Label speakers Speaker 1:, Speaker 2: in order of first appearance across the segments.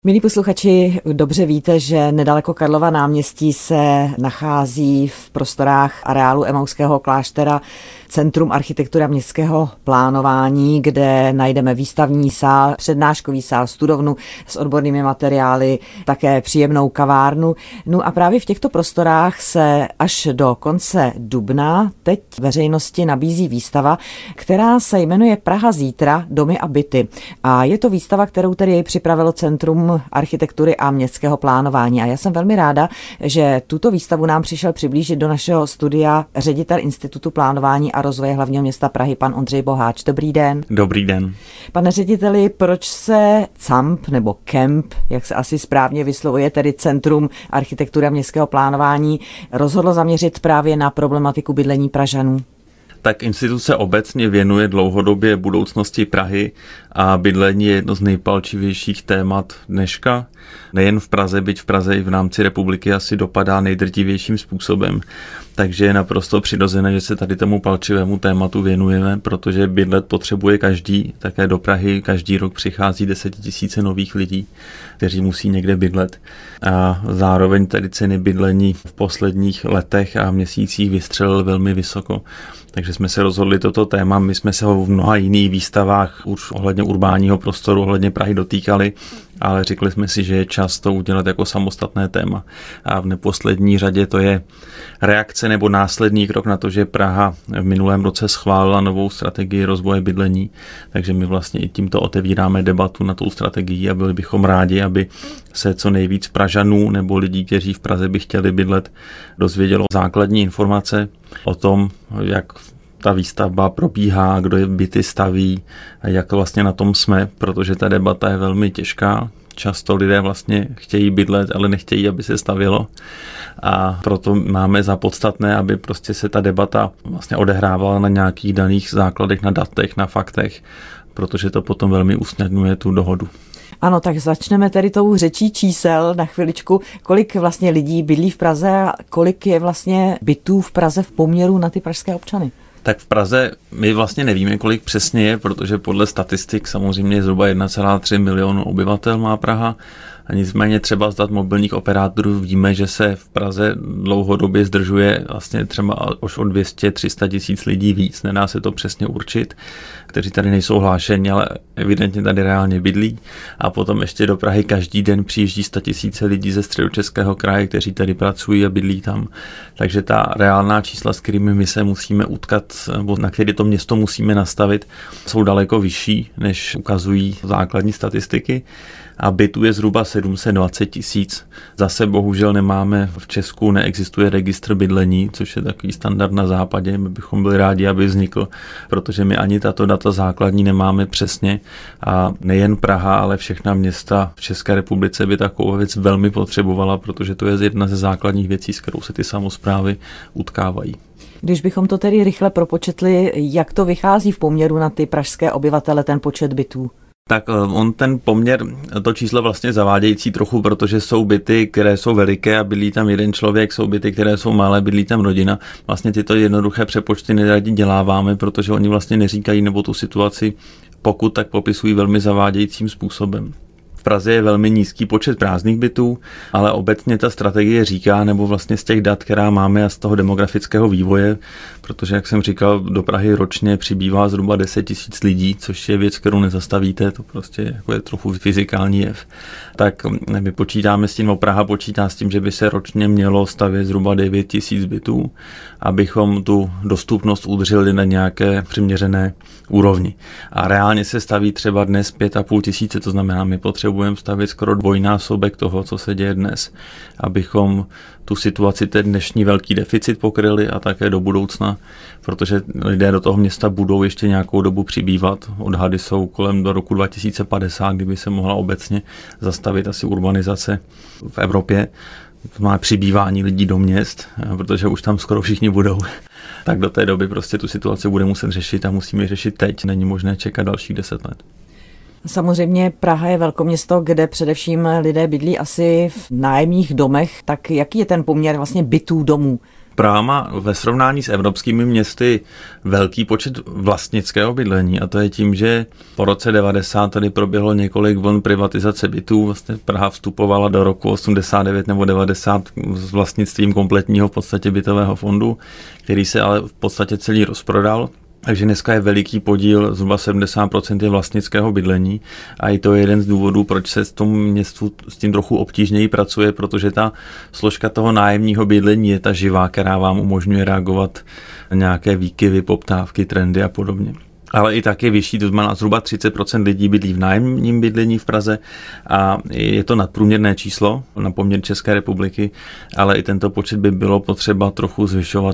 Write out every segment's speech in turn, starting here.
Speaker 1: Milí posluchači, dobře víte, že nedaleko Karlova náměstí se nachází v prostorách areálu Emauského kláštera Centrum architektury a městského plánování, kde najdeme výstavní sál, přednáškový sál, studovnu s odbornými materiály, také příjemnou kavárnu. No a právě v těchto prostorách se až do konce dubna teď veřejnosti nabízí výstava, která se jmenuje Praha zítra, domy a byty. A je to výstava, kterou tedy připravilo Centrum architektury a městského plánování. A já jsem velmi ráda, že tuto výstavu nám přišel přiblížit do našeho studia ředitel Institutu plánování a rozvoje hlavního města Prahy, pan Ondřej Boháč. Dobrý den.
Speaker 2: Dobrý den.
Speaker 1: Pane řediteli, proč se CAMP nebo CAMP, jak se asi správně vyslovuje, tedy Centrum architektury a městského plánování, rozhodlo zaměřit právě na problematiku bydlení Pražanů?
Speaker 2: Tak instituce obecně věnuje dlouhodobě budoucnosti Prahy a bydlení je jedno z nejpalčivějších témat dneška. Nejen v Praze, byť v Praze i v rámci republiky asi dopadá nejdrtivějším způsobem. Takže je naprosto přirozené, že se tady tomu palčivému tématu věnujeme, protože bydlet potřebuje každý, také do Prahy každý rok přichází 10 000 nových lidí, kteří musí někde bydlet. A zároveň tady ceny bydlení v posledních letech a měsících vystřelily velmi vysoko. Takže jsme se rozhodli toto téma, my jsme se ho v mnoha jiných výstavách už ohledně urbánního prostoru, ohledně Prahy dotýkali, ale řekli jsme si, že je čas to udělat jako samostatné téma. A v neposlední řadě to je reakce nebo následný krok na to, že Praha v minulém roce schválila novou strategii rozvoje bydlení, takže my vlastně i tímto otevíráme debatu na tou strategii a byli bychom rádi, aby se co nejvíc Pražanů nebo lidí, kteří v Praze by chtěli bydlet, dozvědělo základní informace o tom, jak ta výstavba probíhá, kdo je byty staví a jak vlastně na tom jsme, protože ta debata je velmi těžká. Často lidé vlastně chtějí bydlet, ale nechtějí, aby se stavělo. A proto máme za podstatné, aby prostě se ta debata vlastně odehrávala na nějakých daných základech, na datech, na faktech, protože to potom velmi usnadňuje tu dohodu.
Speaker 1: Ano, tak začneme tedy tou řečí čísel na chviličku. Kolik vlastně lidí bydlí v Praze a kolik je vlastně bytů v Praze v poměru na ty pražské občany?
Speaker 2: Tak v Praze my vlastně nevíme, kolik přesně je, protože podle statistik samozřejmě zhruba 1,3 milionu obyvatel má Praha. A nicméně třeba z dat mobilních operátorů víme, že se v Praze dlouhodobě zdržuje vlastně třeba už o 200-300 tisíc lidí víc, nedá se to přesně určit, kteří tady nejsou hlášeni, ale evidentně tady reálně bydlí. A potom ještě do Prahy každý den přijíždí 100 tisíce lidí ze Středočeského kraje, kteří tady pracují a bydlí tam. Takže ta reálná čísla, s kterými my se musíme utkat, nebo na které to město musíme nastavit, jsou daleko vyšší, než ukazují základní statistiky. A bytů je zhruba 720 tisíc. Zase bohužel nemáme v Česku, neexistuje registr bydlení, což je takový standard na západě. My bychom byli rádi, aby vznikl, protože my ani tato data základní nemáme přesně. A nejen Praha, ale všechna města v České republice by takovou věc velmi potřebovala, protože to je jedna ze základních věcí, s kterou se ty samosprávy utkávají.
Speaker 1: Když bychom to tedy rychle propočetli, jak to vychází v poměru na ty pražské obyvatele, ten počet bytů?
Speaker 2: Tak on ten poměr, to číslo vlastně zavádějící trochu, protože jsou byty, které jsou veliké a bydlí tam jeden člověk, jsou byty, které jsou malé, bydlí tam rodina. Vlastně tyto jednoduché přepočty neradi děláváme, protože oni vlastně neříkají nebo tu situaci, pokud tak popisují velmi zavádějícím způsobem. V Praze je velmi nízký počet prázdných bytů, ale obecně ta strategie říká, nebo vlastně z těch dat, která máme a z toho demografického vývoje, protože, jak jsem říkal, do Prahy ročně přibývá zhruba 10 tisíc lidí, což je věc, kterou nezastavíte, to prostě jako je trochu fyzikální jev. Tak my počítáme s tím, Praha počítá s tím, že by se ročně mělo stavět zhruba 9 tisíc bytů, abychom tu dostupnost udrželi na nějaké přiměřené úrovni. A reálně se staví třeba dnes 5,5 tisíce, to znamená, my potřebujeme stavět skoro dvojnásobek toho, co se děje dnes, abychom tu situaci, ten dnešní velký deficit pokryli a také do budoucna, protože lidé do toho města budou ještě nějakou dobu přibývat. Odhady jsou kolem do roku 2050, kdyby se mohla obecně zastavit asi urbanizace v Evropě. To má přibývání lidí do měst, protože už tam skoro všichni budou. Tak do té doby prostě tu situaci bude muset řešit a musíme ji řešit teď. Není možné čekat dalších 10 let.
Speaker 1: Samozřejmě Praha je velkoměsto, kde především lidé bydlí asi v nájemních domech. Tak jaký je ten poměr vlastně bytů domů?
Speaker 2: Praha má ve srovnání s evropskými městy velký počet vlastnického bydlení a to je tím, že po roce 90 tady proběhlo několik vln privatizace bytů. Vlastně Praha vstupovala do roku 89 nebo 90 s vlastnictvím kompletního v podstatě bytového fondu, který se ale v podstatě celý rozprodal. Takže dneska je veliký podíl, zhruba 70% je vlastnického bydlení a i to je jeden z důvodů, proč se v tom městu s tím trochu obtížněji pracuje, protože ta složka toho nájemního bydlení je ta živá, která vám umožňuje reagovat na nějaké výkyvy, poptávky, trendy a podobně. Ale i tak je vyšší, to znamená zhruba 30% lidí bydlí v nájemním bydlení v Praze a je to nadprůměrné číslo na poměr České republiky, ale i tento počet by bylo potřeba trochu zvyšovat,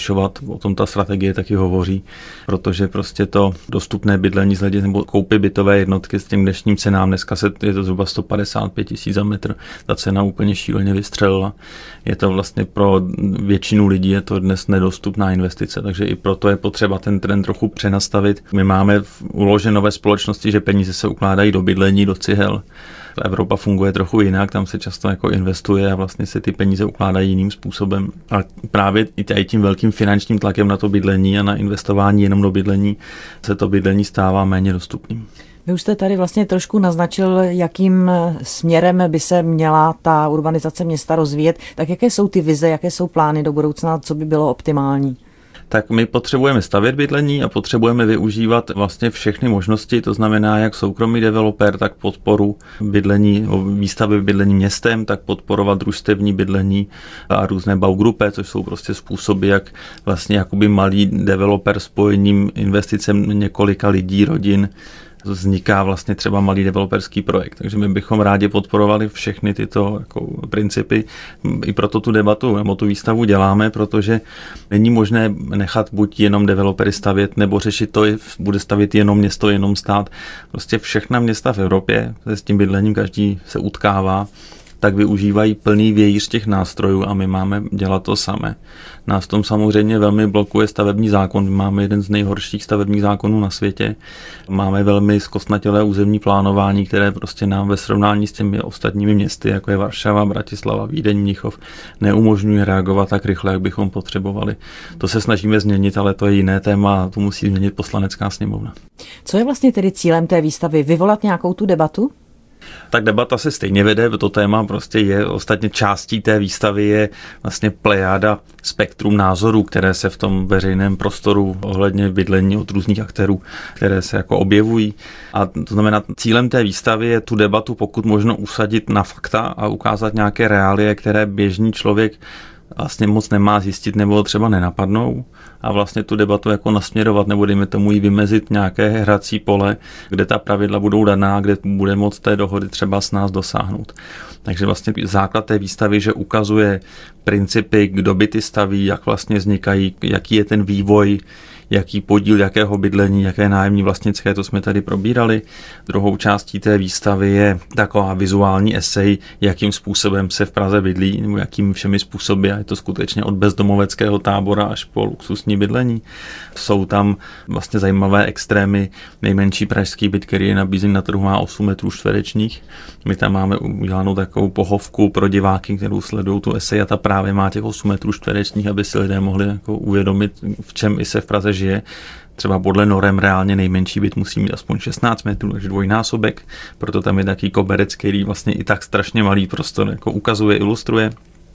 Speaker 2: o tom ta strategie taky hovoří, protože prostě to dostupné bydlení z hlediska nebo koupy bytové jednotky s tím dnešním cenám, dneska je to zhruba 155 000 za metr, ta cena úplně šíleně vystřelila. Je to vlastně pro většinu lidí je to dnes nedostupná investice, takže i proto je potřeba ten trend trochu přenastavit. My máme uloženo ve společnosti, že peníze se ukládají do bydlení, do cihel. Evropa funguje trochu jinak, tam se často jako investuje a vlastně se ty peníze ukládají jiným způsobem. A právě i tím velkým finančním tlakem na to bydlení a na investování jenom do bydlení se to bydlení stává méně dostupným.
Speaker 1: Vy už jste tady vlastně trošku naznačil, jakým směrem by se měla ta urbanizace města rozvíjet. Tak jaké jsou ty vize, jaké jsou plány do budoucna, co by bylo optimální?
Speaker 2: Tak my potřebujeme stavět bydlení a potřebujeme využívat vlastně všechny možnosti, to znamená jak soukromý developer, tak podporu bydlení, výstavby bydlení městem, tak podporovat družstevní bydlení a různé baugrupy, což jsou prostě způsoby, jak vlastně jakoby malý developer spojením investicem několika lidí, rodin, vzniká vlastně třeba malý developerský projekt. Takže my bychom rádi podporovali všechny tyto jako principy. I proto tu debatu nebo tu výstavu děláme, protože není možné nechat buď jenom developery stavět, nebo řešit to, bude stavět jenom město, jenom stát. Prostě všechna města v Evropě se s tím bydlením každý se utkává, tak využívají plný vějíř těch nástrojů a my máme dělat to samé. Nás v tom samozřejmě velmi blokuje stavební zákon. My máme jeden z nejhorších stavebních zákonů na světě. Máme velmi zkostnatělé územní plánování, které prostě nám ve srovnání s těmi ostatními městy, jako je Varšava, Bratislava, Vídeň, Mnichov, neumožňuje reagovat tak rychle, jak bychom potřebovali. To se snažíme změnit, ale to je jiné téma a to musí změnit Poslanecká sněmovna.
Speaker 1: Co je vlastně tedy cílem té výstavy? Vyvolat nějakou tu debatu?
Speaker 2: Tak debata se stejně vede, to téma prostě je, ostatně částí té výstavy je vlastně plejáda spektrum názorů, které se v tom veřejném prostoru ohledně bydlení od různých aktérů, které se jako objevují. A to znamená, cílem té výstavy je tu debatu pokud možno usadit na fakta a ukázat nějaké reálie, které běžný člověk vlastně moc nemá zjistit nebo třeba nenapadnou a vlastně tu debatu jako nasměrovat nebo dejme tomu jí vymezit nějaké hrací pole, kde ta pravidla budou daná, kde bude moc té dohody třeba s nás dosáhnout. Takže vlastně základ té výstavy, že ukazuje principy, kdo byty staví, jak vlastně vznikají, jaký je ten vývoj, jaký podíl jakého bydlení, jaké nájemní vlastnické, to jsme tady probírali. Druhou částí té výstavy je taková vizuální esej, jakým způsobem se v Praze bydlí, nebo jakými všemi způsoby, a je to skutečně od bezdomoveckého tábora až po luxusní bydlení. Jsou tam vlastně zajímavé extrémy. Nejmenší pražský byt, který je nabízen na trhu, má 8 metrů čtverečních. My tam máme udělanou takovou pohovku pro diváky, kterou sledují tu esej a ta právě má těch 8 metrů čtverečních, aby si lidé mohli jako uvědomit, v čem i se v Praze žije. Třeba podle norem reálně nejmenší byt musí mít aspoň 16 metrů, takže dvojnásobek, proto tam je takový koberec, který vlastně i tak strašně malý prostor jako ukazuje, ilustruje.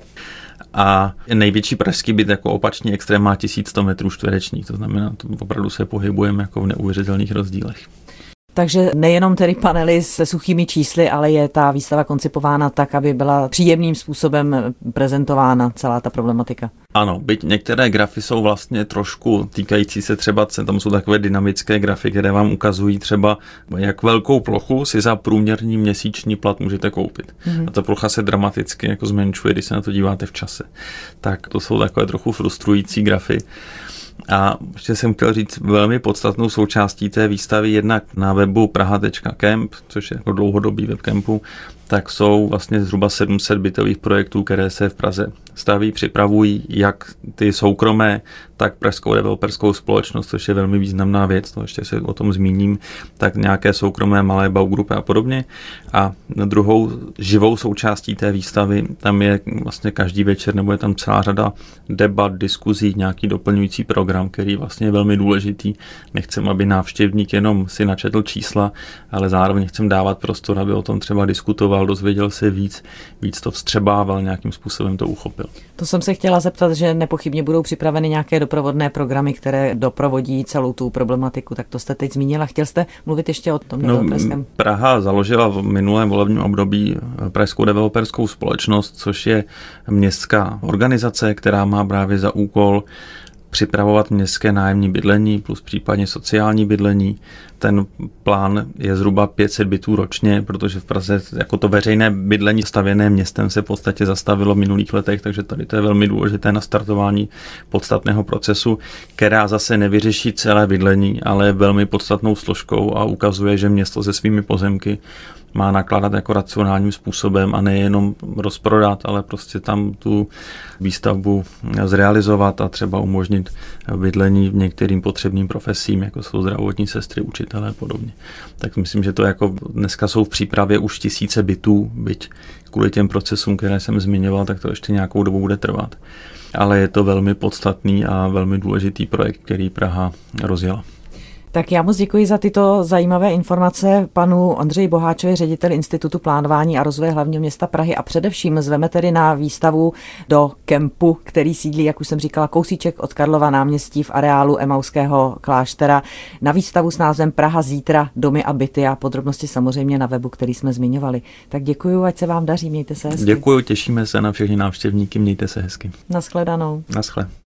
Speaker 2: A největší pražský byt jako opačný extrém má 1100 metrů čtverečních, to znamená, to opravdu se pohybujeme jako v neuvěřitelných rozdílech.
Speaker 1: Takže nejenom tedy panely se suchými čísly, ale je ta výstava koncipována tak, aby byla příjemným způsobem prezentována celá ta problematika.
Speaker 2: Ano, byť některé grafy jsou vlastně trošku týkající se třeba, tam jsou takové dynamické grafy, které vám ukazují třeba, jak velkou plochu si za průměrný měsíční plat můžete koupit. A ta plocha se dramaticky jako zmenšuje, když se na to díváte v čase. Tak to jsou takové trochu frustrující grafy. A ještě jsem chtěl říct velmi podstatnou součástí té výstavy jednak na webu praha.camp, což je jako dlouhodobý webcampu, tak jsou vlastně zhruba 700 bytových projektů, které se v Praze staví, připravují jak ty soukromé, tak pražskou developerskou společnost, což je velmi významná věc, to ještě se o tom zmíním, tak nějaké soukromé malé baugrupy a podobně. A druhou živou součástí té výstavy, tam je vlastně každý večer, nebo je tam celá řada debat, diskuzí, nějaký doplňující program, který vlastně je velmi důležitý. Nechcem, aby návštěvník jenom si načetl čísla, ale zároveň chcem dávat prostor, aby o tom třeba diskutoval, dozvěděl se víc to vstřebával, nějakým způsobem to uchopil.
Speaker 1: To jsem se chtěla zeptat, že nepochybně budou připraveny nějaké doprovodné programy, které doprovodí celou tu problematiku, tak to jste teď zmínila. Chtěl jste mluvit ještě o tom developerském?
Speaker 2: Praha založila v minulém volebním období Pražskou developerskou společnost, což je městská organizace, která má právě za úkol připravovat městské nájemní bydlení plus případně sociální bydlení. Ten plán je zhruba 500 bytů ročně, protože v Praze jako to veřejné bydlení stavěné městem se v podstatě zastavilo v minulých letech, takže tady to je velmi důležité na startování podstatného procesu, která zase nevyřeší celé bydlení, ale je velmi podstatnou složkou a ukazuje, že město se svými pozemky má nakládat jako racionálním způsobem a nejenom rozprodat, ale prostě tam tu výstavbu zrealizovat a třeba umožnit bydlení v některým potřebným profesím, jako jsou zdravotní sestry, učitelé a podobně. Tak myslím, že to jako dneska jsou v přípravě už tisíce bytů, byť kvůli těm procesům, které jsem zmiňoval, tak to ještě nějakou dobu bude trvat. Ale je to velmi podstatný a velmi důležitý projekt, který Praha rozjela.
Speaker 1: Tak já moc děkuji za tyto zajímavé informace panu Ondřeji Boháčovi, řediteli Institutu plánování a rozvoje hlavního města Prahy, a především zveme tedy na výstavu do kempu, který sídlí, jak už jsem říkala, kousíček od Karlova náměstí v areálu Emauského kláštera, na výstavu s názvem Praha zítra, domy a byty, a podrobnosti samozřejmě na webu, který jsme zmiňovali. Tak děkuji, ať se vám daří, mějte se hezky.
Speaker 2: Děkuji, těšíme se na všechny návštěvníky, mějte se hezky.
Speaker 1: Naschledanou.
Speaker 2: Naschle.